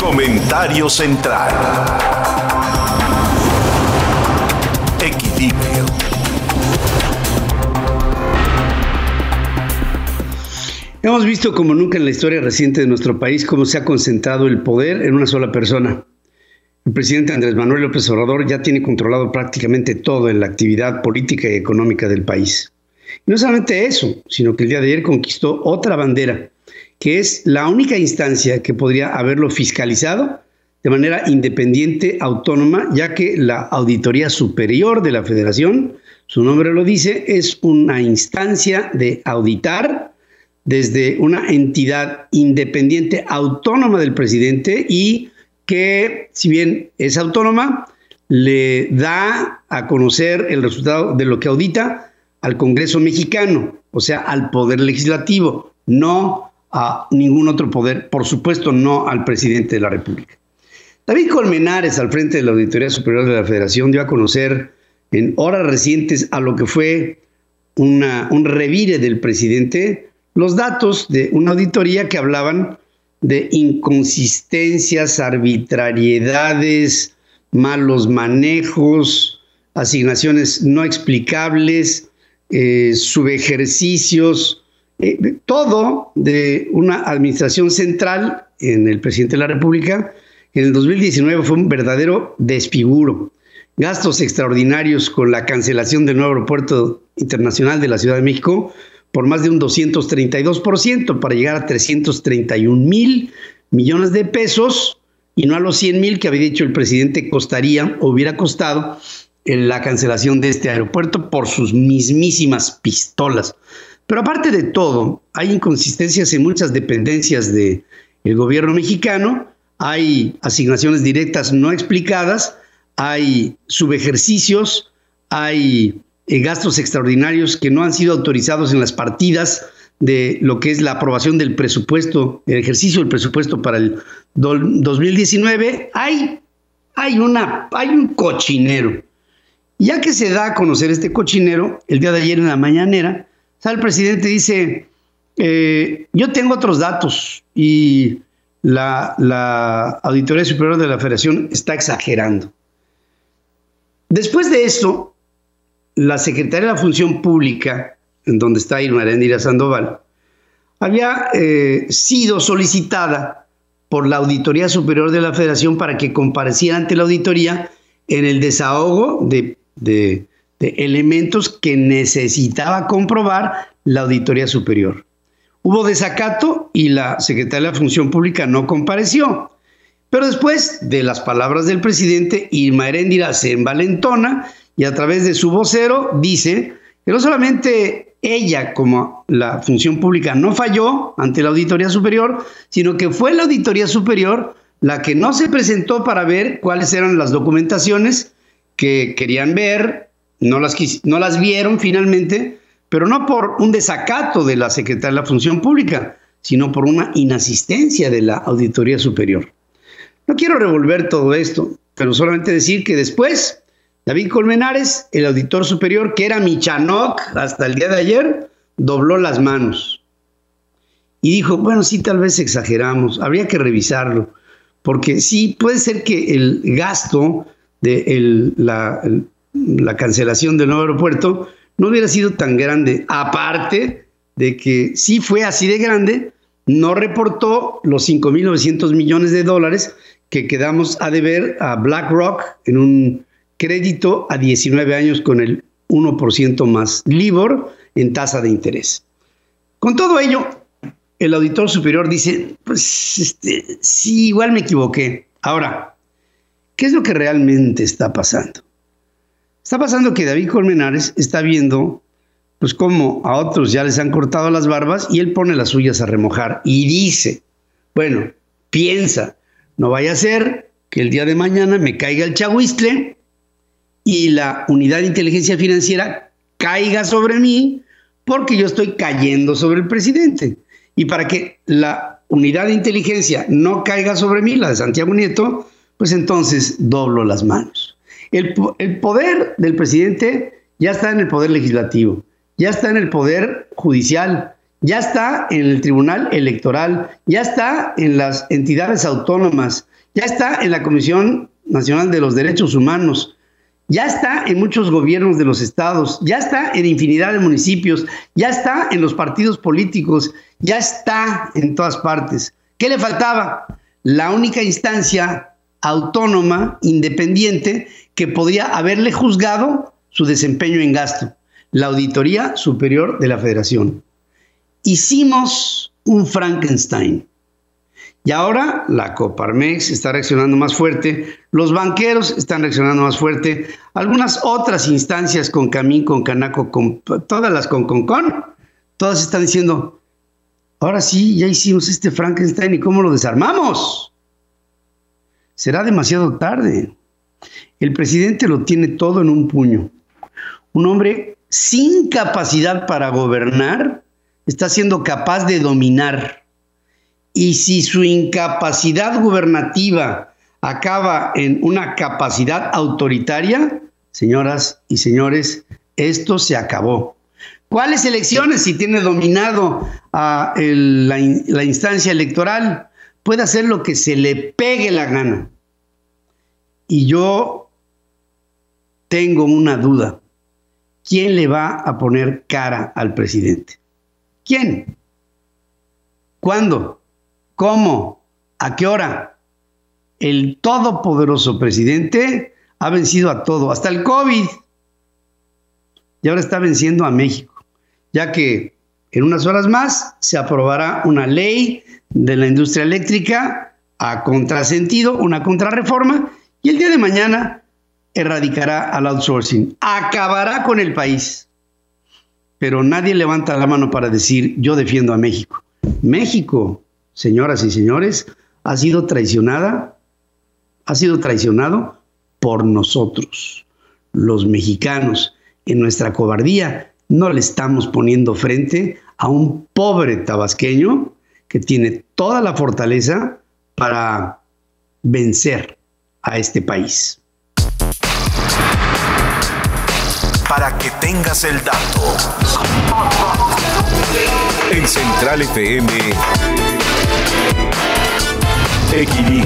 Comentario central. Equilibrio. Hemos visto como nunca en la historia reciente de nuestro país cómo se ha concentrado el poder en una sola persona. El presidente Andrés Manuel López Obrador ya tiene controlado prácticamente todo en la actividad política y económica del país. Y no solamente eso, sino que el día de ayer conquistó otra bandera, que es la única instancia que podría haberlo fiscalizado de manera independiente, autónoma, ya que la Auditoría Superior de la Federación, su nombre lo dice, es una instancia de auditar desde una entidad independiente, autónoma del presidente y que, si bien es autónoma, le da a conocer el resultado de lo que audita al Congreso mexicano, o sea, al Poder Legislativo, no a ningún otro poder, por supuesto no al presidente de la República. David Colmenares, al frente de la Auditoría Superior de la Federación, dio a conocer en horas recientes a lo que fue un revire del presidente los datos de una auditoría que hablaban de inconsistencias, arbitrariedades, malos manejos, asignaciones no explicables, subejercicios, todo de una administración central en el presidente de la República. En el 2019 fue un verdadero desfiguro. Gastos extraordinarios con la cancelación del nuevo aeropuerto internacional de la Ciudad de México por más de un 232% para llegar a 331,000 millones de pesos y no a los 100,000 que había dicho el presidente costaría o hubiera costado en la cancelación de este aeropuerto por sus mismísimas pistolas. Pero aparte de todo, hay inconsistencias en muchas dependencias del gobierno mexicano, hay asignaciones directas no explicadas, hay subejercicios, hay gastos extraordinarios que no han sido autorizados en las partidas de lo que es la aprobación del presupuesto, el ejercicio del presupuesto para el 2019. Hay un cochinero. Ya que se da a conocer este cochinero, el día de ayer en la mañanera, sale el presidente y dice, yo tengo otros datos y la Auditoría Superior de la Federación está exagerando. Después de esto, la Secretaría de la Función Pública, en donde está Irma Heréndira Sandoval, había sido solicitada por la Auditoría Superior de la Federación para que compareciera ante la auditoría en el desahogo de elementos que necesitaba comprobar la Auditoría Superior. Hubo desacato y la Secretaría de la Función Pública no compareció. Pero después de las palabras del presidente, Irma Heréndira se envalentona y a través de su vocero dice que no solamente ella como la función pública no falló ante la Auditoría Superior, sino que fue la Auditoría Superior la que no se presentó para ver cuáles eran las documentaciones que querían ver, no las vieron finalmente, pero no por un desacato de la Secretaría de la Función Pública, sino por una inasistencia de la Auditoría Superior. No quiero revolver todo esto, pero solamente decir que después David Colmenares, el auditor superior, que era Michanoc hasta el día de ayer, dobló las manos y dijo, bueno, sí, tal vez exageramos, habría que revisarlo, porque sí, puede ser que el gasto de la cancelación del nuevo aeropuerto no hubiera sido tan grande, aparte de que sí fue así de grande, no reportó los 5,900 millones de dólares que quedamos a deber a BlackRock en un crédito a 19 años con el 1% más LIBOR en tasa de interés. Con todo ello, el auditor superior dice, pues sí, igual me equivoqué. Ahora, ¿qué es lo que realmente está pasando? Está pasando que David Colmenares está viendo pues cómo a otros ya les han cortado las barbas y él pone las suyas a remojar y dice, bueno, piensa, no vaya a ser que el día de mañana me caiga el chahuizcle y la unidad de inteligencia financiera caiga sobre mí porque yo estoy cayendo sobre el presidente. Y para que la unidad de inteligencia no caiga sobre mí, la de Santiago Nieto, pues entonces doblo las manos. El poder del presidente ya está en el poder legislativo, ya está en el poder judicial, ya está en el Tribunal Electoral, ya está en las entidades autónomas, ya está en la Comisión Nacional de los Derechos Humanos, ya está en muchos gobiernos de los estados, ya está en infinidad de municipios, ya está en los partidos políticos, ya está en todas partes. ¿Qué le faltaba? La única instancia autónoma, independiente, que podría haberle juzgado su desempeño en gasto, la Auditoría Superior de la Federación. Hicimos un Frankenstein. Y ahora la Coparmex está reaccionando más fuerte, los banqueros están reaccionando más fuerte, algunas otras instancias con Camín, con Canaco, con todas las todas están diciendo, ahora sí, ya hicimos este Frankenstein, ¿y cómo lo desarmamos? Será demasiado tarde. El presidente lo tiene todo en un puño. Un hombre sin capacidad para gobernar está siendo capaz de dominar. Y si su incapacidad gubernativa acaba en una capacidad autoritaria, señoras y señores, esto se acabó. ¿Cuáles elecciones si tiene dominado a la instancia electoral? Puede hacer lo que se le pegue la gana. Y yo tengo una duda. ¿Quién le va a poner cara al presidente? ¿Quién? ¿Cuándo? ¿Cómo? ¿A qué hora? El todopoderoso presidente ha vencido a todo, hasta el COVID. Y ahora está venciendo a México, ya que en unas horas más se aprobará una ley de la industria eléctrica a contrasentido, una contrarreforma, y el día de mañana erradicará al outsourcing, acabará con el país. Pero nadie levanta la mano para decir, yo defiendo a México. México, señoras y señores, ha sido traicionado por nosotros, los mexicanos. En nuestra cobardía no le estamos poniendo frente a un pobre tabasqueño que tiene toda la fortaleza para vencer a este país. Para que tengas el dato. En Central FM, Equilibrio.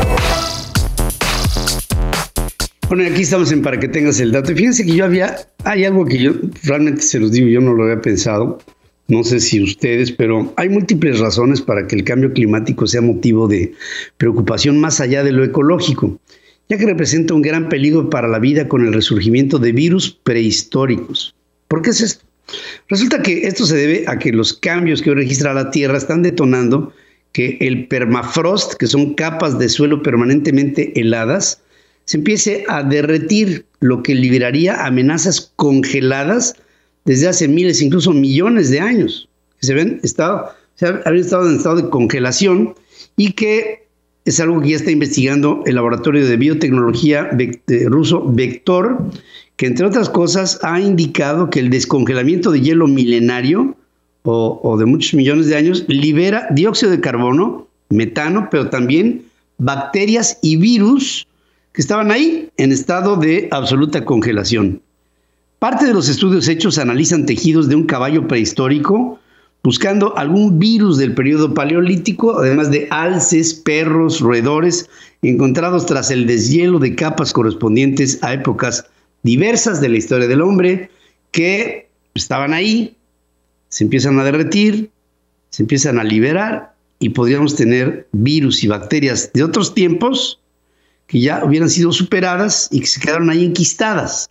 Bueno, aquí estamos en Para que tengas el dato. Y fíjense que hay algo que yo realmente se los digo, yo no lo había pensado, no sé si ustedes, pero hay múltiples razones para que el cambio climático sea motivo de preocupación más allá de lo ecológico, ya que representa un gran peligro para la vida con el resurgimiento de virus prehistóricos. ¿Por qué es esto? Resulta que esto se debe a que los cambios que hoy registra la Tierra están detonando que el permafrost, que son capas de suelo permanentemente heladas, se empiece a derretir, lo que liberaría amenazas congeladas desde hace miles, incluso millones de años, que habían estado en estado de congelación y que es algo que ya está investigando el laboratorio de biotecnología ruso Vector, que entre otras cosas ha indicado que el descongelamiento de hielo milenario o de muchos millones de años libera dióxido de carbono, metano, pero también bacterias y virus que estaban ahí en estado de absoluta congelación. Parte de los estudios hechos analizan tejidos de un caballo prehistórico buscando algún virus del periodo paleolítico, además de alces, perros, roedores encontrados tras el deshielo de capas correspondientes a épocas diversas de la historia del hombre que estaban ahí, se empiezan a derretir, se empiezan a liberar y podríamos tener virus y bacterias de otros tiempos que ya hubieran sido superadas y que se quedaron ahí enquistadas.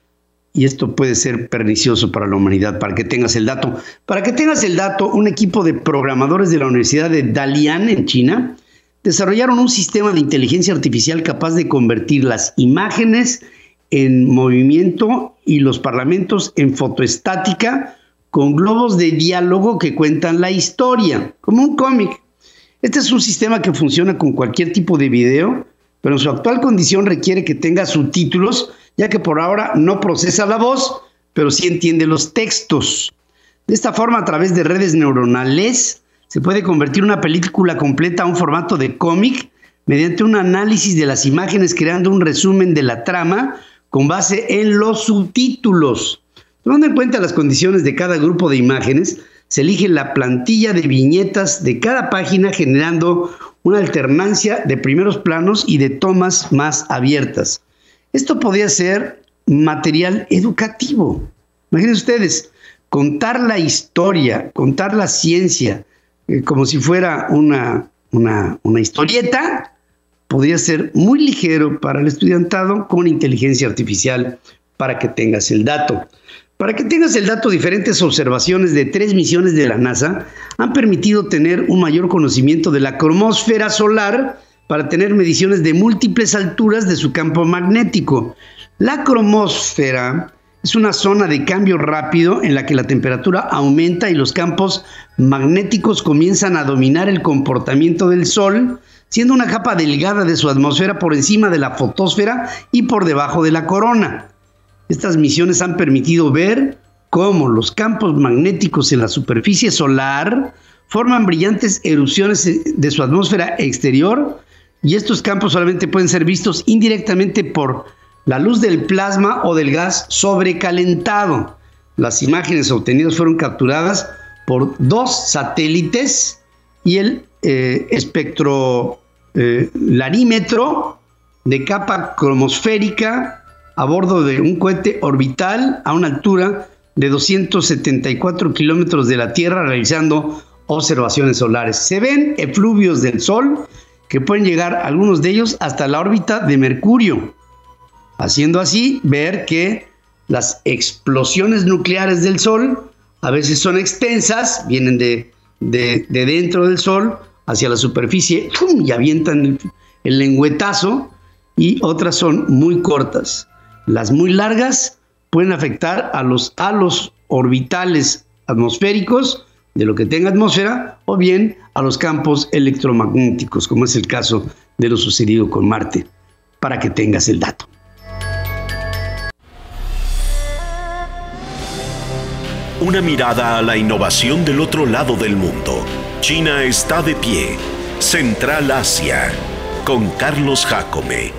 Y esto puede ser pernicioso para la humanidad, para que tengas el dato. Para que tengas el dato, un equipo de programadores de la Universidad de Dalian en China desarrollaron un sistema de inteligencia artificial capaz de convertir las imágenes en movimiento y los parlamentos en fotoestática con globos de diálogo que cuentan la historia, como un cómic. Este es un sistema que funciona con cualquier tipo de video, pero en su actual condición requiere que tenga subtítulos, ya que por ahora no procesa la voz, pero sí entiende los textos. De esta forma, a través de redes neuronales, se puede convertir una película completa a un formato de cómic mediante un análisis de las imágenes, creando un resumen de la trama con base en los subtítulos. Tomando en cuenta las condiciones de cada grupo de imágenes, Se elige la plantilla de viñetas de cada página, generando una alternancia de primeros planos y de tomas más abiertas. Esto podría ser material educativo. Imagínense ustedes, contar la historia, contar la ciencia, como si fuera una historieta, podría ser muy ligero para el estudiantado con inteligencia artificial para que tengas el dato. Para que tengas el dato, diferentes observaciones de 3 misiones de la NASA han permitido tener un mayor conocimiento de la cromosfera solar para tener mediciones de múltiples alturas de su campo magnético. La cromosfera es una zona de cambio rápido en la que la temperatura aumenta y los campos magnéticos comienzan a dominar el comportamiento del Sol, siendo una capa delgada de su atmósfera por encima de la fotosfera y por debajo de la corona. Estas misiones han permitido ver cómo los campos magnéticos en la superficie solar forman brillantes erupciones de su atmósfera exterior, y estos campos solamente pueden ser vistos indirectamente por la luz del plasma o del gas sobrecalentado. Las imágenes obtenidas fueron capturadas por 2 satélites y el espectrolarímetro de capa cromosférica a bordo de un cohete orbital a una altura de 274 kilómetros de la Tierra, realizando observaciones solares. Se ven efluvios del Sol que pueden llegar, algunos de ellos, hasta la órbita de Mercurio, haciendo así ver que las explosiones nucleares del Sol a veces son extensas, vienen de dentro del Sol hacia la superficie y avientan el lengüetazo, y otras son muy cortas. Las muy largas pueden afectar a los halos orbitales atmosféricos de lo que tenga atmósfera, o bien a los campos electromagnéticos, como es el caso de lo sucedido con Marte, para que tengas el dato. Una mirada a la innovación del otro lado del mundo. China está de pie. Central Asia, con Carlos Jácome.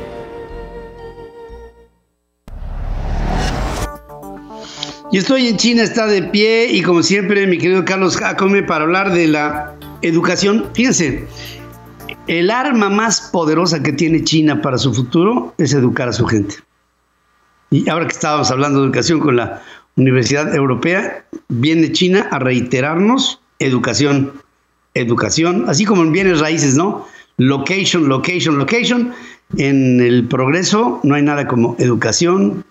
Y estoy en China está de pie, y como siempre, mi querido Carlos Jácome, para hablar de la educación. Fíjense, el arma más poderosa que tiene China para su futuro es educar a su gente. Y ahora que estábamos hablando de educación con la Universidad Europea, viene China a reiterarnos educación, así como en bienes raíces, ¿no? Location. En el progreso no hay nada como educación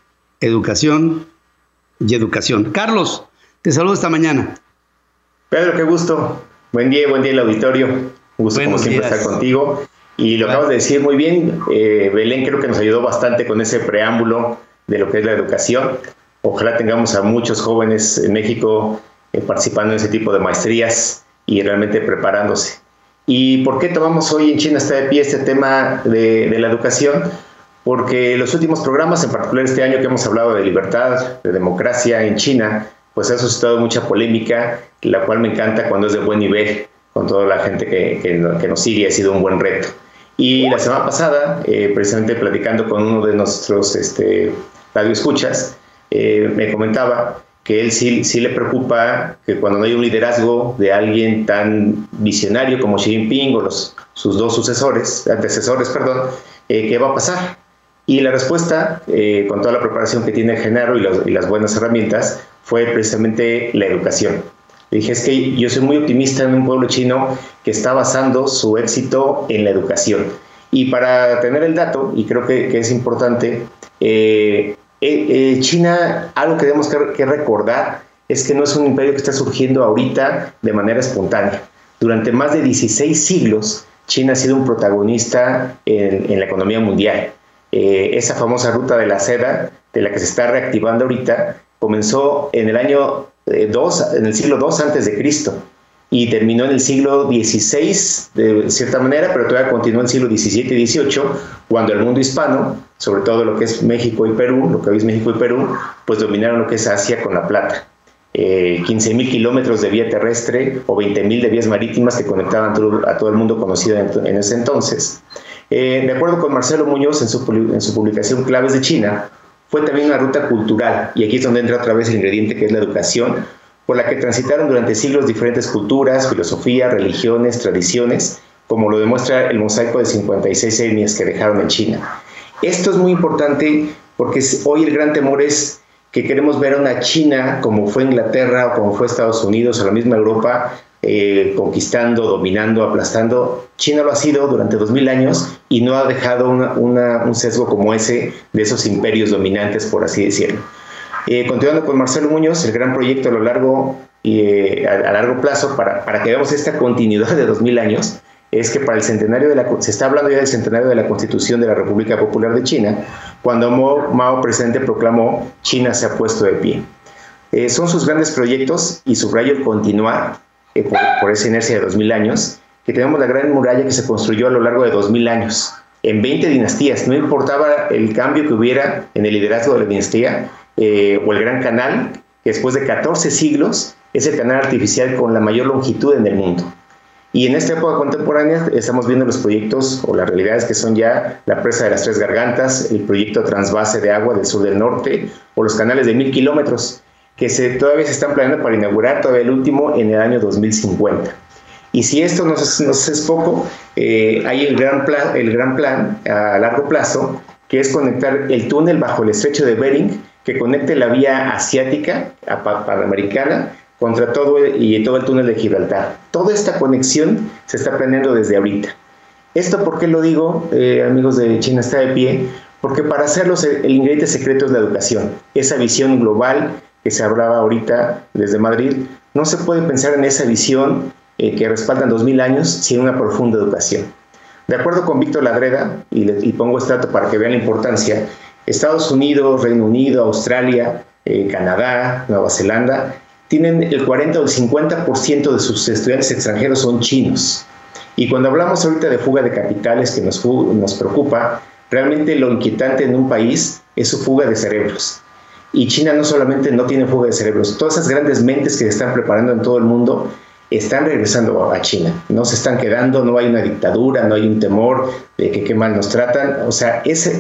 y educación. Carlos, te saludo esta mañana. Pedro, qué gusto. Buen día el auditorio. Un gusto, como siempre, estar contigo. Y lo acabas de decir muy bien. Belén creo que nos ayudó bastante con ese preámbulo de lo que es la educación. Ojalá tengamos a muchos jóvenes en México participando en ese tipo de maestrías y realmente preparándose. ¿Y por qué tomamos hoy en China está de pie este tema de la educación? Porque los últimos programas, en particular este año que hemos hablado de libertad, de democracia en China, pues ha suscitado mucha polémica, la cual me encanta cuando es de buen nivel, con toda la gente que nos sigue. Ha sido un buen reto. Y la semana pasada, precisamente platicando con uno de nuestros radioescuchas, me comentaba que él sí le preocupa que cuando no hay un liderazgo de alguien tan visionario como Xi Jinping o sus 2 antecesores, ¿qué va a pasar? Y la respuesta, con toda la preparación que tiene Genaro y las buenas herramientas, fue precisamente la educación. Le dije, es que yo soy muy optimista en un pueblo chino que está basando su éxito en la educación. Y para tener el dato, y creo que es importante, China, algo que tenemos que recordar es que no es un imperio que está surgiendo ahorita de manera espontánea. Durante más de 16 siglos, China ha sido un protagonista en la economía mundial. Esa famosa ruta de la seda, de la que se está reactivando ahorita, comenzó en el año en el siglo II antes de Cristo, y terminó en el siglo XVI de cierta manera, pero todavía continuó en el siglo XVII y XVIII, cuando el mundo hispano, sobre todo lo que es México y Perú, lo que hoy es México y Perú, pues dominaron lo que es Asia con la plata. 15.000 kilómetros de vía terrestre o 20.000 de vías marítimas que conectaban a todo el mundo conocido en ese entonces. De acuerdo con Marcelo Muñoz en su publicación Claves de China, fue también una ruta cultural, y aquí es donde entra otra vez el ingrediente que es la educación, por la que transitaron durante siglos diferentes culturas, filosofías, religiones, tradiciones, como lo demuestra el mosaico de 56 etnias que dejaron en China. Esto es muy importante porque hoy el gran temor es que queremos ver a una China como fue Inglaterra o como fue Estados Unidos o la misma Europa, conquistando, dominando, aplastando. China lo ha sido durante 2000 años y no ha dejado un sesgo como ese de esos imperios dominantes, por así decirlo. Continuando con Marcelo Muñoz, el gran proyecto a largo plazo para que veamos esta continuidad de 2000 años es que para el centenario se está hablando ya del centenario de la Constitución de la República Popular de China, cuando Mao presidente proclamó China se ha puesto de pie. Son sus grandes proyectos y subrayo el continuar por esa inercia de 2000 años, que tenemos la gran muralla que se construyó a lo largo de 2000 años, en 20 dinastías, no importaba el cambio que hubiera en el liderazgo de la dinastía, o el Gran Canal, que después de 14 siglos es el canal artificial con la mayor longitud en el mundo. Y en esta época contemporánea estamos viendo los proyectos o las realidades que son ya la presa de las Tres Gargantas, el proyecto transvase de agua del sur del norte, o los canales de 1000 kilómetros, que todavía se están planeando para inaugurar, todavía el último en el año 2050. Y si esto no es poco, hay el gran plan a largo plazo, que es conectar el túnel bajo el estrecho de Bering, que conecte la vía asiática, panamericana, contra todo el túnel de Gibraltar. Toda esta conexión se está planeando desde ahorita. ¿Esto por qué lo digo, amigos de China está de pie? Porque para hacerlo el ingrediente secreto es la educación. Esa visión global que se hablaba ahorita desde Madrid, no se puede pensar en esa visión que respaldan 2000 años sin una profunda educación. De acuerdo con Víctor Ladreda, y pongo este dato para que vean la importancia, Estados Unidos, Reino Unido, Australia, Canadá, Nueva Zelanda, tienen el 40 o el 50% de sus estudiantes extranjeros son chinos. Y cuando hablamos ahorita de fuga de capitales que nos preocupa, realmente lo inquietante en un país es su fuga de cerebros. Y China no solamente no tiene fuga de cerebros, todas esas grandes mentes que se están preparando en todo el mundo están regresando a China, no se están quedando, no hay una dictadura, no hay un temor de que qué mal nos tratan. O sea,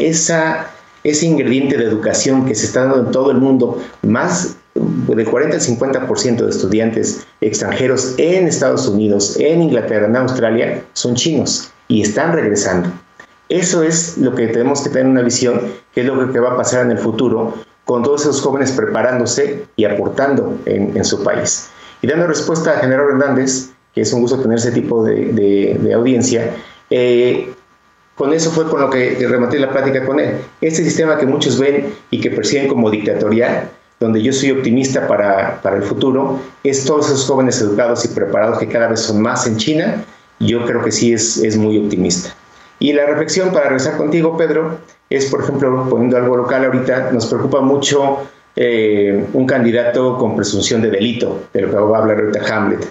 ese ingrediente de educación que se está dando en todo el mundo, más del 40 al 50% de estudiantes extranjeros en Estados Unidos, en Inglaterra, en Australia, son chinos y están regresando. Eso es lo que tenemos que tener una visión, que es lo que va a pasar en el futuro, con todos esos jóvenes preparándose y aportando en su país. Y dando respuesta a Genaro Hernández, que es un gusto tener ese tipo de audiencia, con eso fue con lo que rematé la plática con él. Este sistema que muchos ven y que perciben como dictatorial, donde yo soy optimista para el futuro, es todos esos jóvenes educados y preparados que cada vez son más en China. Yo creo que sí es muy optimista. Y la reflexión para regresar contigo, Pedro, es, por ejemplo, poniendo algo local ahorita, nos preocupa mucho un candidato con presunción de delito, de lo que va a hablar ahorita Hamlet.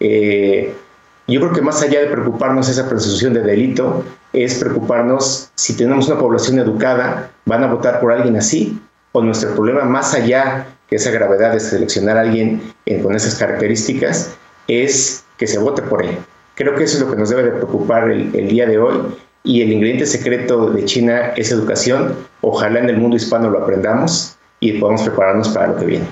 Yo creo que más allá de preocuparnos esa presunción de delito, es preocuparnos si tenemos una población educada, ¿van a votar por alguien así? O nuestro problema, más allá que esa gravedad de seleccionar a alguien con esas características, es que se vote por él. Creo que eso es lo que nos debe de preocupar el día de hoy. Y el ingrediente secreto de China es educación. Ojalá en el mundo hispano lo aprendamos y podamos prepararnos para lo que viene.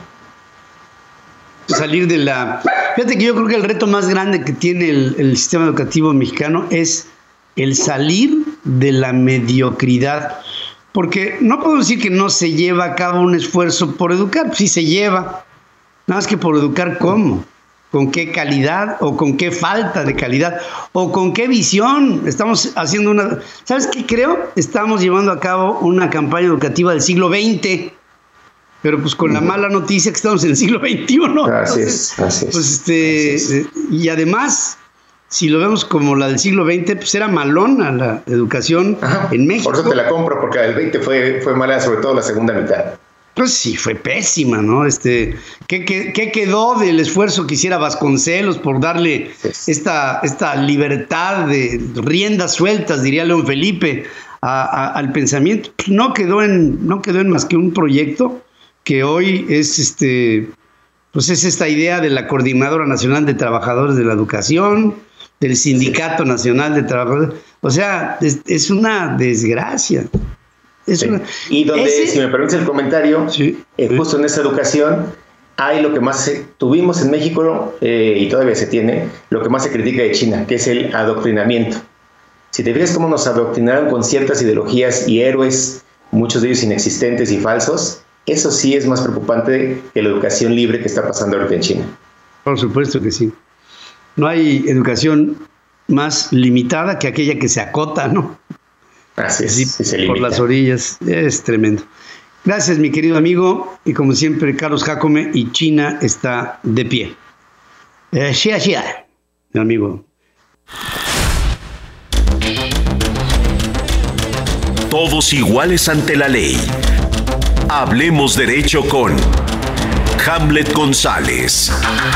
Salir de la... Fíjate que yo creo que el reto más grande que tiene el sistema educativo mexicano es el salir de la mediocridad. Porque no puedo decir que no se lleva a cabo un esfuerzo por educar. Sí se lleva. Nada más que por educar, ¿cómo? ¿Con qué calidad o con qué falta de calidad o con qué visión? Estamos haciendo una... ¿Sabes qué creo? Estamos llevando a cabo una campaña educativa del siglo XX, pero pues con la mala noticia que estamos en el siglo XXI. Así es. Pues y además, si lo vemos como la del siglo XX, pues era malona la educación en México. Por eso te la compro, porque la del XX fue mala, sobre todo la segunda mitad. Pues sí, fue pésima, ¿no? ¿Qué quedó del esfuerzo que hiciera Vasconcelos por darle esta libertad de riendas sueltas, diría León Felipe, al pensamiento? No quedó en más que un proyecto que hoy es pues es esta idea de la Coordinadora Nacional de Trabajadores de la Educación, del Sindicato Nacional de Trabajadores. O sea, es una desgracia. Y donde, si me permites el comentario, justo en esa educación, hay lo que más tuvimos en México y todavía se tiene, lo que más se critica de China, que es el adoctrinamiento. Si te fijas cómo nos adoctrinaron con ciertas ideologías y héroes, muchos de ellos inexistentes y falsos, eso sí es más preocupante que la educación libre que está pasando ahorita en China. Por supuesto que sí. No hay educación más limitada que aquella que se acota, ¿no? Así es, sí, se por las orillas. Es tremendo. Gracias, mi querido amigo. Y como siempre, Carlos Jácome, y China está de pie. Xia Xia, mi amigo. Todos iguales ante la ley. Hablemos derecho con Hamlet González.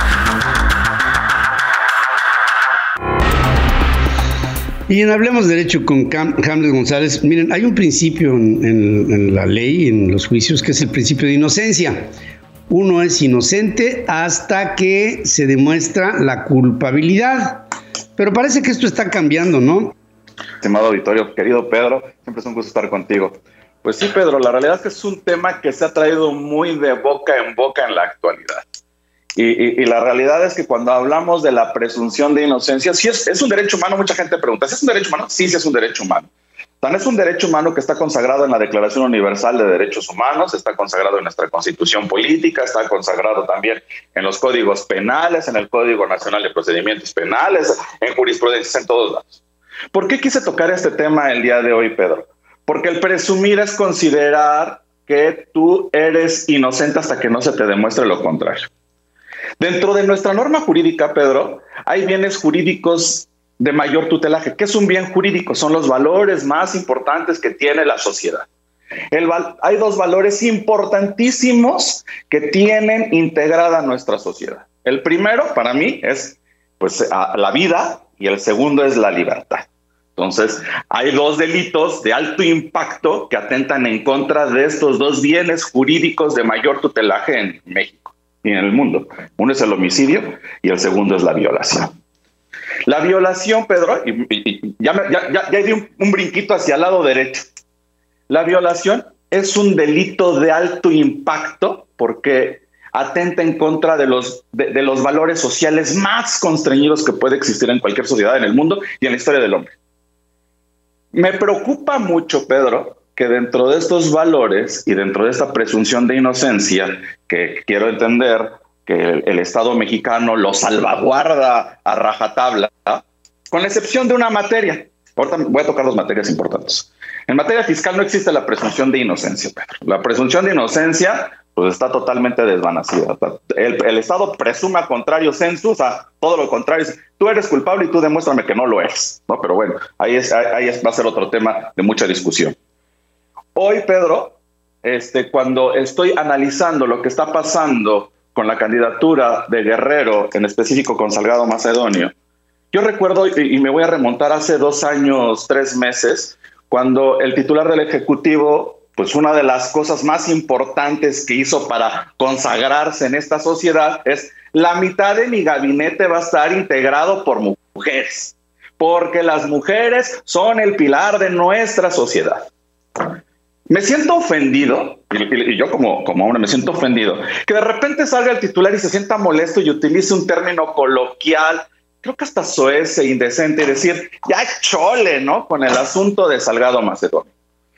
Y en Hablemos Derecho con Hamlet González, miren, hay un principio en la ley, en los juicios, que es el principio de inocencia. Uno es inocente hasta que se demuestra la culpabilidad. Pero parece que esto está cambiando, ¿no? Estimado auditorio, querido Pedro, siempre es un gusto estar contigo. Pues sí, Pedro, la realidad es que es un tema que se ha traído muy de boca en la actualidad. Y la realidad es que cuando hablamos de la presunción de inocencia, sí es un derecho humano. Mucha gente pregunta, ¿sí es un derecho humano? Sí, sí es un derecho humano. Tan es un derecho humano que está consagrado en la Declaración Universal de Derechos Humanos, está consagrado en nuestra Constitución Política, está consagrado también en los códigos penales, en el Código Nacional de Procedimientos Penales, en jurisprudencia, en todos lados. ¿Por qué quise tocar este tema el día de hoy, Pedro? Porque el presumir es considerar que tú eres inocente hasta que no se te demuestre lo contrario. Dentro de nuestra norma jurídica, Pedro, hay bienes jurídicos de mayor tutelaje. ¿Qué es un bien jurídico? Son los valores más importantes que tiene la sociedad. Hay dos valores importantísimos que tienen integrada nuestra sociedad. El primero, para mí, es la vida, y el segundo es la libertad. Entonces, hay dos delitos de alto impacto que atentan en contra de estos dos bienes jurídicos de mayor tutelaje en México y en el mundo. Uno es el homicidio y el segundo es la violación. La violación, Pedro, ya di un brinquito hacia el lado derecho. La violación es un delito de alto impacto porque atenta en contra de los valores sociales más constreñidos que puede existir en cualquier sociedad en el mundo y en la historia del hombre. Me preocupa mucho, Pedro, que dentro de estos valores y dentro de esta presunción de inocencia, que quiero entender que el Estado mexicano lo salvaguarda a rajatabla, ¿no? Con la excepción de una materia. Ahorita voy a tocar dos materias importantes. En materia fiscal no existe la presunción de inocencia, Pedro. La presunción de inocencia pues está totalmente desvanecida. El Estado presume a contrario sensu, o sea, todo lo contrario. Tú eres culpable y tú demuéstrame que no lo eres, ¿no? Pero bueno, ahí va a ser otro tema de mucha discusión. Hoy, Pedro, cuando estoy analizando lo que está pasando con la candidatura de Guerrero, en específico con Salgado Macedonio, yo recuerdo, y me voy a remontar hace 2 años, 3 meses, cuando el titular del Ejecutivo, pues una de las cosas más importantes que hizo para consagrarse en esta sociedad es: la mitad de mi gabinete va a estar integrado por mujeres, porque las mujeres son el pilar de nuestra sociedad. Me siento ofendido, y yo como hombre me siento ofendido, que de repente salga el titular y se sienta molesto y utilice un término coloquial, creo que hasta soez e indecente, y decir, ya chole, ¿no? Con el asunto de Salgado Macedonio.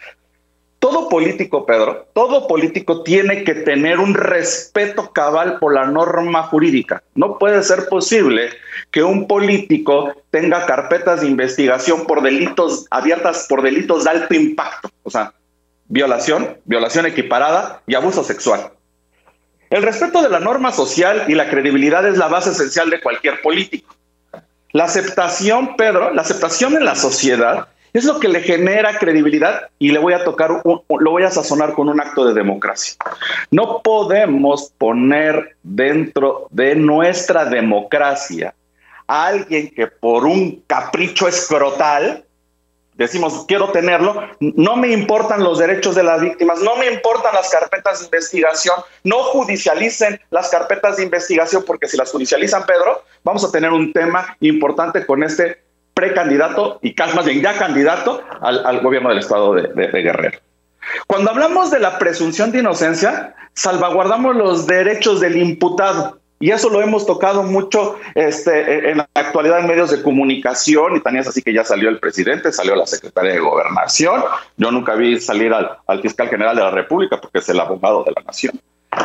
Todo político, Pedro, todo político tiene que tener un respeto cabal por la norma jurídica. No puede ser posible que un político tenga carpetas de investigación por delitos abiertas por delitos de alto impacto. O sea, violación equiparada y abuso sexual. El respeto de la norma social y la credibilidad es la base esencial de cualquier político. La aceptación, Pedro, la aceptación en la sociedad es lo que le genera credibilidad, y lo voy a sazonar con un acto de democracia. No podemos poner dentro de nuestra democracia a alguien que por un capricho escrotal decimos, quiero tenerlo, no me importan los derechos de las víctimas, no me importan las carpetas de investigación, no judicialicen las carpetas de investigación, porque si las judicializan, Pedro, vamos a tener un tema importante con este precandidato y más bien ya candidato al gobierno del estado de Guerrero. Cuando hablamos de la presunción de inocencia, salvaguardamos los derechos del imputado. Y eso lo hemos tocado mucho en la actualidad en medios de comunicación, y también es así que ya salió el presidente, salió la secretaria de Gobernación. Yo nunca vi salir al fiscal general de la República porque es el abogado de la nación.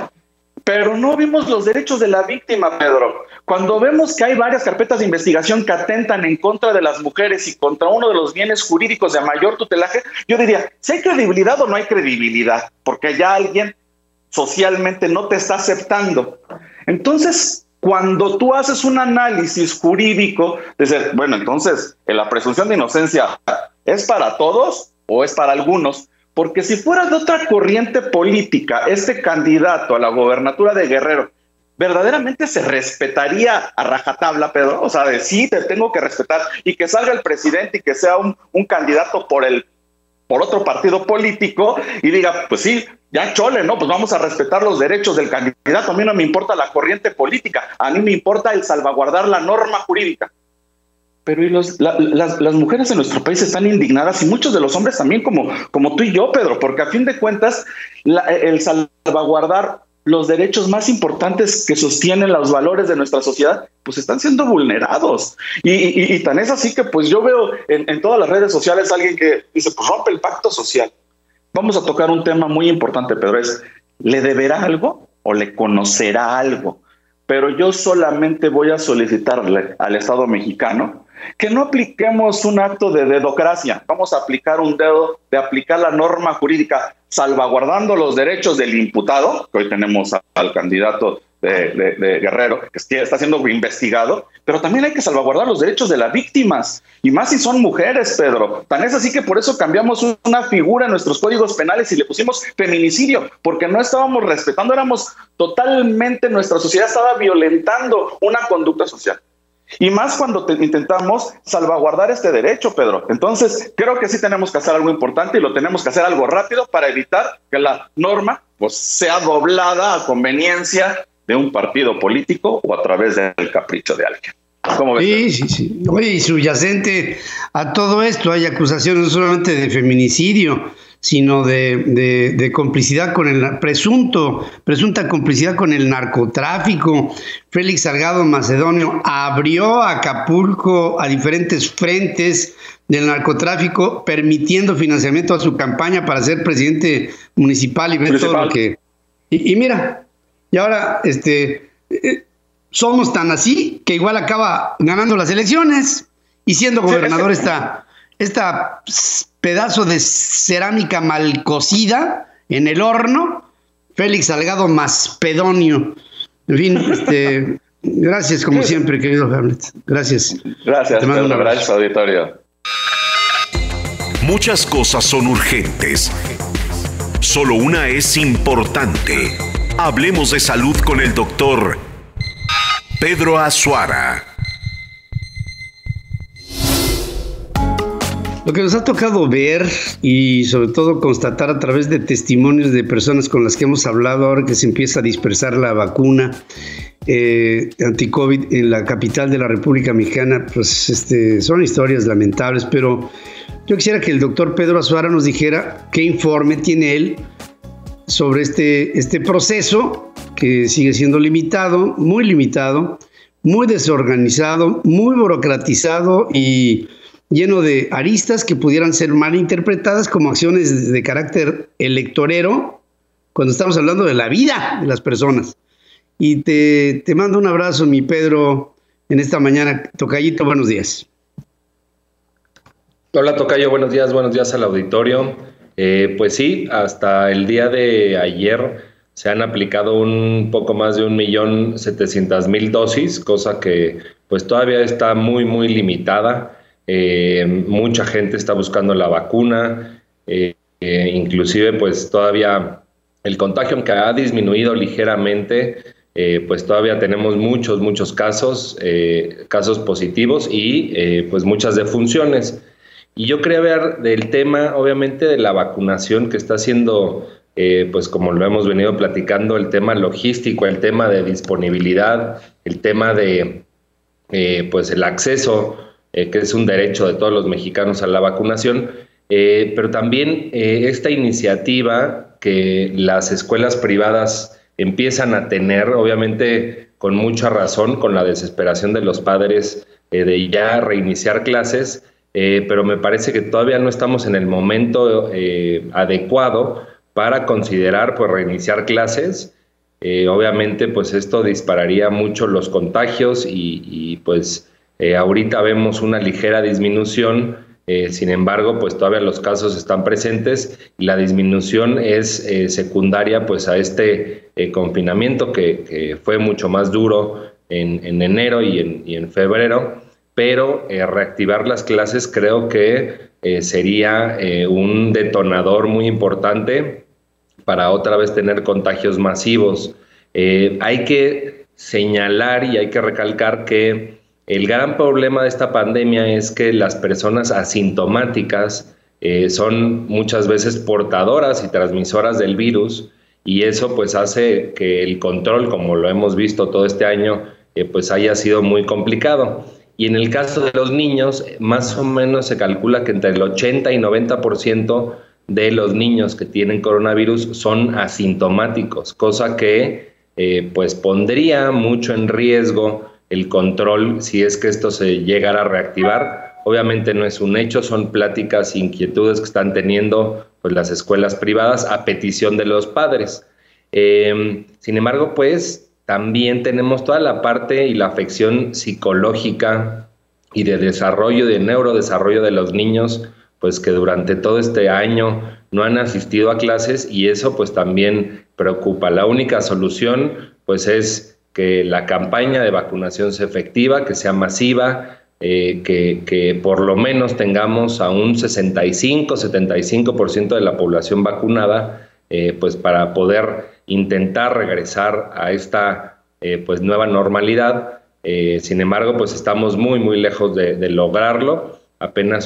Pero no vimos los derechos de la víctima, Pedro. Cuando vemos que hay varias carpetas de investigación que atentan en contra de las mujeres y contra uno de los bienes jurídicos de mayor tutelaje, yo diría, ¿si hay credibilidad o no hay credibilidad? Porque ya alguien socialmente no te está aceptando. Entonces, cuando tú haces un análisis jurídico, dices, bueno, entonces, ¿la presunción de inocencia es para todos o es para algunos? Porque si fuera de otra corriente política, este candidato a la gobernatura de Guerrero, ¿verdaderamente se respetaría a rajatabla, Pedro? O sea, de sí, te tengo que respetar, y que salga el presidente y que sea un candidato por otro partido político y diga, pues sí, ya chole, ¿no? Pues vamos a respetar los derechos del candidato. A mí no me importa la corriente política, a mí me importa el salvaguardar la norma jurídica. Pero y las mujeres en nuestro país están indignadas, y muchos de los hombres también, como tú y yo, Pedro, porque a fin de cuentas el salvaguardar los derechos más importantes que sostienen los valores de nuestra sociedad, pues están siendo vulnerados. Y tan es así que pues yo veo en todas las redes sociales alguien que dice, pues rompe el pacto social. Vamos a tocar un tema muy importante, Pedro, es, ¿le deberá algo o le conocerá algo? Pero yo solamente voy a solicitarle al Estado mexicano que no apliquemos un acto de dedocracia. Vamos a aplicar un dedo de aplicar la norma jurídica, salvaguardando los derechos del imputado, que hoy tenemos al candidato de Guerrero, que está siendo investigado, pero también hay que salvaguardar los derechos de las víctimas, y más si son mujeres, Pedro. Tan es así que por eso cambiamos una figura en nuestros códigos penales y le pusimos feminicidio, porque no estábamos respetando, nuestra sociedad estaba violentando una conducta social. Y más cuando intentamos salvaguardar este derecho, Pedro. Entonces, creo que sí tenemos que hacer algo importante, y lo tenemos que hacer algo rápido para evitar que la norma pues sea doblada a conveniencia de un partido político o a través del capricho de alguien. ¿Cómo ves? Sí. Oye, y subyacente a todo esto hay acusaciones no solamente de feminicidio, sino de complicidad con el presunta complicidad con el narcotráfico. Félix Salgado Macedonio abrió Acapulco a diferentes frentes del narcotráfico, permitiendo financiamiento a su campaña para ser presidente municipal, y ver todo lo que... Y mira, y ahora somos tan así que igual acaba ganando las elecciones y siendo gobernador esta pedazo de cerámica mal cocida en el horno, Félix Salgado Macedonio. En fin, gracias como siempre, querido Hamlet. Gracias. Gracias, Pedro. Gracias, auditorio. Muchas cosas son urgentes. Solo una es importante. Hablemos de salud con el doctor Pedro Azuara. Lo que nos ha tocado ver y sobre todo constatar a través de testimonios de personas con las que hemos hablado ahora que se empieza a dispersar la vacuna anti-COVID en la capital de la República Mexicana, pues son historias lamentables, pero yo quisiera que el doctor Pedro Azuara nos dijera qué informe tiene él sobre este proceso que sigue siendo limitado, muy desorganizado, muy burocratizado y lleno de aristas que pudieran ser mal interpretadas como acciones de carácter electorero cuando estamos hablando de la vida de las personas. Y te mando un abrazo, mi Pedro, en esta mañana. Tocayito, buenos días. Hola, Tocayo, buenos días al auditorio. Pues sí, hasta el día de ayer se han aplicado un poco más de 1.700.000 dosis, cosa que pues todavía está muy, muy limitada. Mucha gente está buscando la vacuna, inclusive pues todavía el contagio, aunque ha disminuido ligeramente, pues todavía tenemos muchos casos positivos y pues muchas defunciones. Y yo quería ver del tema, obviamente, de la vacunación que está siendo, pues como lo hemos venido platicando, el tema logístico, el tema de disponibilidad, el tema de pues el acceso, que es un derecho de todos los mexicanos a la vacunación. pero también esta iniciativa que las escuelas privadas empiezan a tener, obviamente con mucha razón, con la desesperación de los padres de ya reiniciar clases, pero me parece que todavía no estamos en el momento adecuado para considerar pues reiniciar clases. Obviamente pues esto dispararía mucho los contagios y pues ahorita vemos una ligera disminución, sin embargo pues todavía los casos están presentes y la disminución es secundaria pues a este confinamiento que fue mucho más duro en enero y en febrero. Pero reactivar las clases creo que sería un detonador muy importante para otra vez tener contagios masivos. Hay que señalar y hay que recalcar que el gran problema de esta pandemia es que las personas asintomáticas son muchas veces portadoras y transmisoras del virus, y eso pues hace que el control, como lo hemos visto todo este año, pues haya sido muy complicado. Y en el caso de los niños, más o menos se calcula que entre el 80 y 90% de los niños que tienen coronavirus son asintomáticos, cosa que pues pondría mucho en riesgo el control si es que esto se llegara a reactivar. Obviamente no es un hecho, son pláticas e inquietudes que están teniendo pues las escuelas privadas a petición de los padres. Sin embargo, pues también tenemos toda la parte y la afección psicológica y de desarrollo, de neurodesarrollo de los niños, pues que durante todo este año no han asistido a clases, y eso pues también preocupa. La única solución pues es que la campaña de vacunación sea efectiva, que sea masiva, que por lo menos tengamos a un 65-75% de la población vacunada, pues para poder intentar regresar a esta pues nueva normalidad. Sin embargo, pues estamos muy lejos de lograrlo. Apenas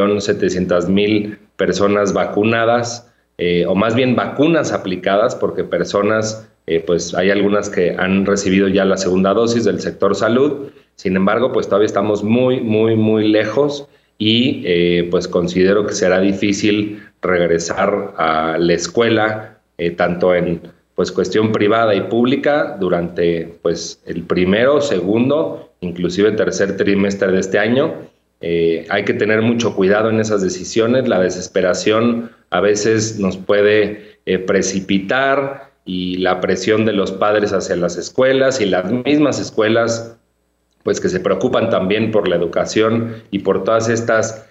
1.700.000 personas vacunadas, o más bien vacunas aplicadas, porque personas, pues hay algunas que han recibido ya la segunda dosis del sector salud. Sin embargo, pues todavía estamos muy lejos, y pues considero que será difícil regresar a la escuela, tanto en pues cuestión privada y pública, durante pues el primero, segundo, inclusive tercer trimestre de este año. Hay que tener mucho cuidado en esas decisiones. La desesperación a veces nos puede precipitar, y la presión de los padres hacia las escuelas y las mismas escuelas pues que se preocupan también por la educación y por todas estas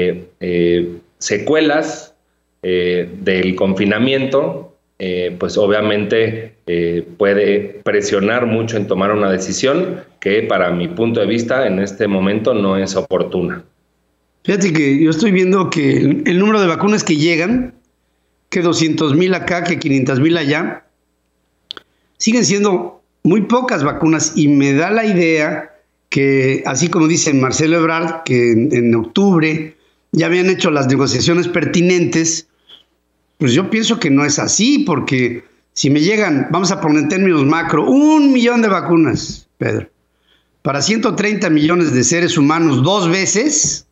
secuelas del confinamiento, pues obviamente puede presionar mucho en tomar una decisión que para mi punto de vista en este momento no es oportuna. Fíjate que yo estoy viendo que el número de vacunas que llegan, que 200,000 acá, que 500,000 allá, siguen siendo muy pocas vacunas, y me da la idea que, así como dice Marcelo Ebrard, que en octubre ya habían hecho las negociaciones pertinentes, pues yo pienso que no es así, porque si me llegan, vamos a poner en términos macro, 1 millón de vacunas, Pedro, para 130 millones de seres humanos 2 veces,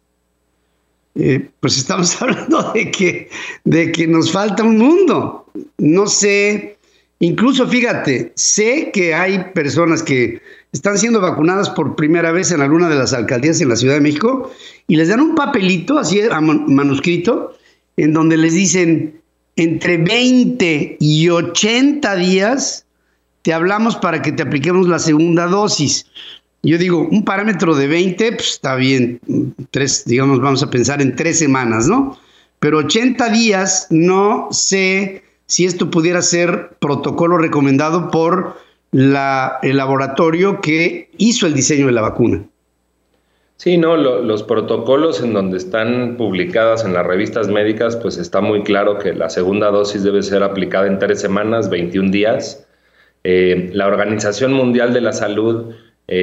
pues estamos hablando de que nos falta un mundo. No sé, incluso fíjate, sé que hay personas que están siendo vacunadas por primera vez en alguna de las alcaldías en la Ciudad de México, y les dan un papelito así manuscrito en donde les dicen: entre 20 y 80 días te hablamos para que te apliquemos la segunda dosis. Yo digo, un parámetro de 20, pues está bien, digamos, vamos a pensar en 3 semanas, ¿no? Pero 80 días, no sé si esto pudiera ser protocolo recomendado por el laboratorio que hizo el diseño de la vacuna. Sí, no, los protocolos en donde están publicadas en las revistas médicas, pues está muy claro que la segunda dosis debe ser aplicada en 3 semanas, 21 días. La Organización Mundial de la Salud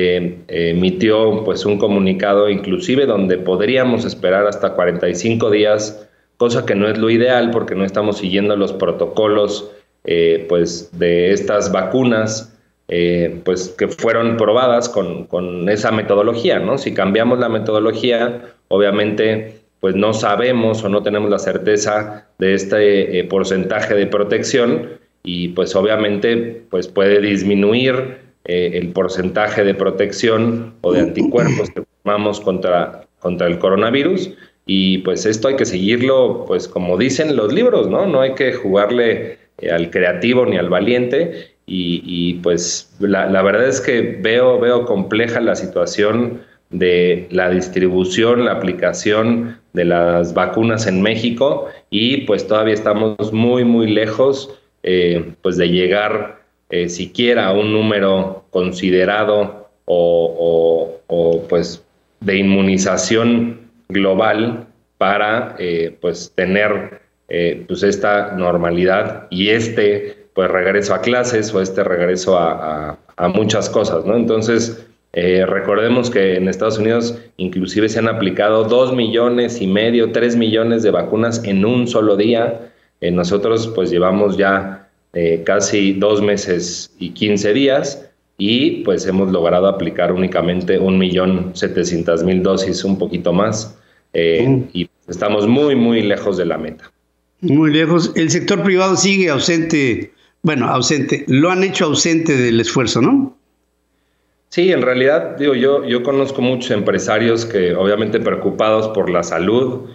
emitió pues un comunicado inclusive donde podríamos esperar hasta 45 días, cosa que no es lo ideal porque no estamos siguiendo los protocolos pues de estas vacunas pues que fueron probadas con esa metodología, ¿no? Si cambiamos la metodología, obviamente pues no sabemos o no tenemos la certeza de este porcentaje de protección, y pues obviamente pues puede disminuir el porcentaje de protección o de anticuerpos que formamos contra el coronavirus. Y pues esto hay que seguirlo, pues como dicen los libros, ¿no? No hay que jugarle al creativo ni al valiente, y pues la verdad es que veo compleja la situación de la distribución, la aplicación de las vacunas en México, y pues todavía estamos muy lejos pues de llegar siquiera a un número considerado o pues de inmunización global para pues tener pues esta normalidad y pues regreso a clases o regreso a muchas cosas, ¿no? Entonces recordemos que en Estados Unidos inclusive se han aplicado 2,5 millones, 3 millones de vacunas en un solo día. Nosotros pues llevamos ya casi 2 meses y 15 días, y pues hemos logrado aplicar únicamente 1,700,000 dosis, un poquito más, y estamos muy lejos de la meta. Muy lejos. El sector privado sigue ausente, lo han hecho ausente del esfuerzo, ¿no? Sí, en realidad, digo, yo conozco muchos empresarios que obviamente preocupados por la salud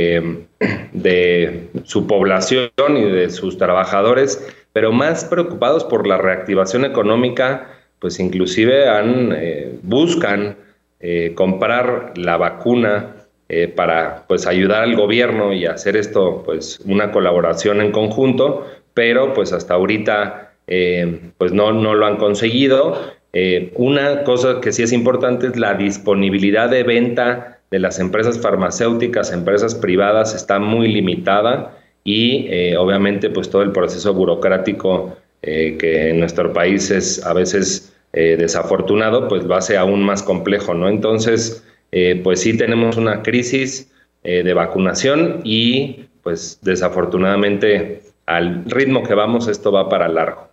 de su población y de sus trabajadores, pero más preocupados por la reactivación económica, pues inclusive buscan comprar la vacuna para pues ayudar al gobierno y hacer esto pues una colaboración en conjunto, pero pues hasta ahorita pues no lo han conseguido. Una cosa que sí es importante es la disponibilidad de venta de las empresas farmacéuticas, empresas privadas, está muy limitada, y obviamente pues todo el proceso burocrático que en nuestro país es a veces desafortunado, pues lo hace aún más complejo, ¿no? Entonces pues sí tenemos una crisis de vacunación, y pues desafortunadamente al ritmo que vamos esto va para largo.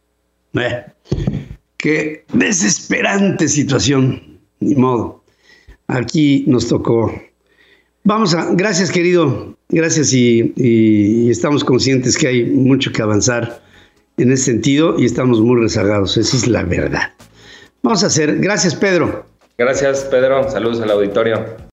Qué desesperante situación, ni modo. Aquí nos tocó. Gracias, querido, gracias, y estamos conscientes que hay mucho que avanzar en ese sentido y estamos muy rezagados, esa es la verdad. Gracias, Pedro. Gracias, Pedro, saludos al auditorio.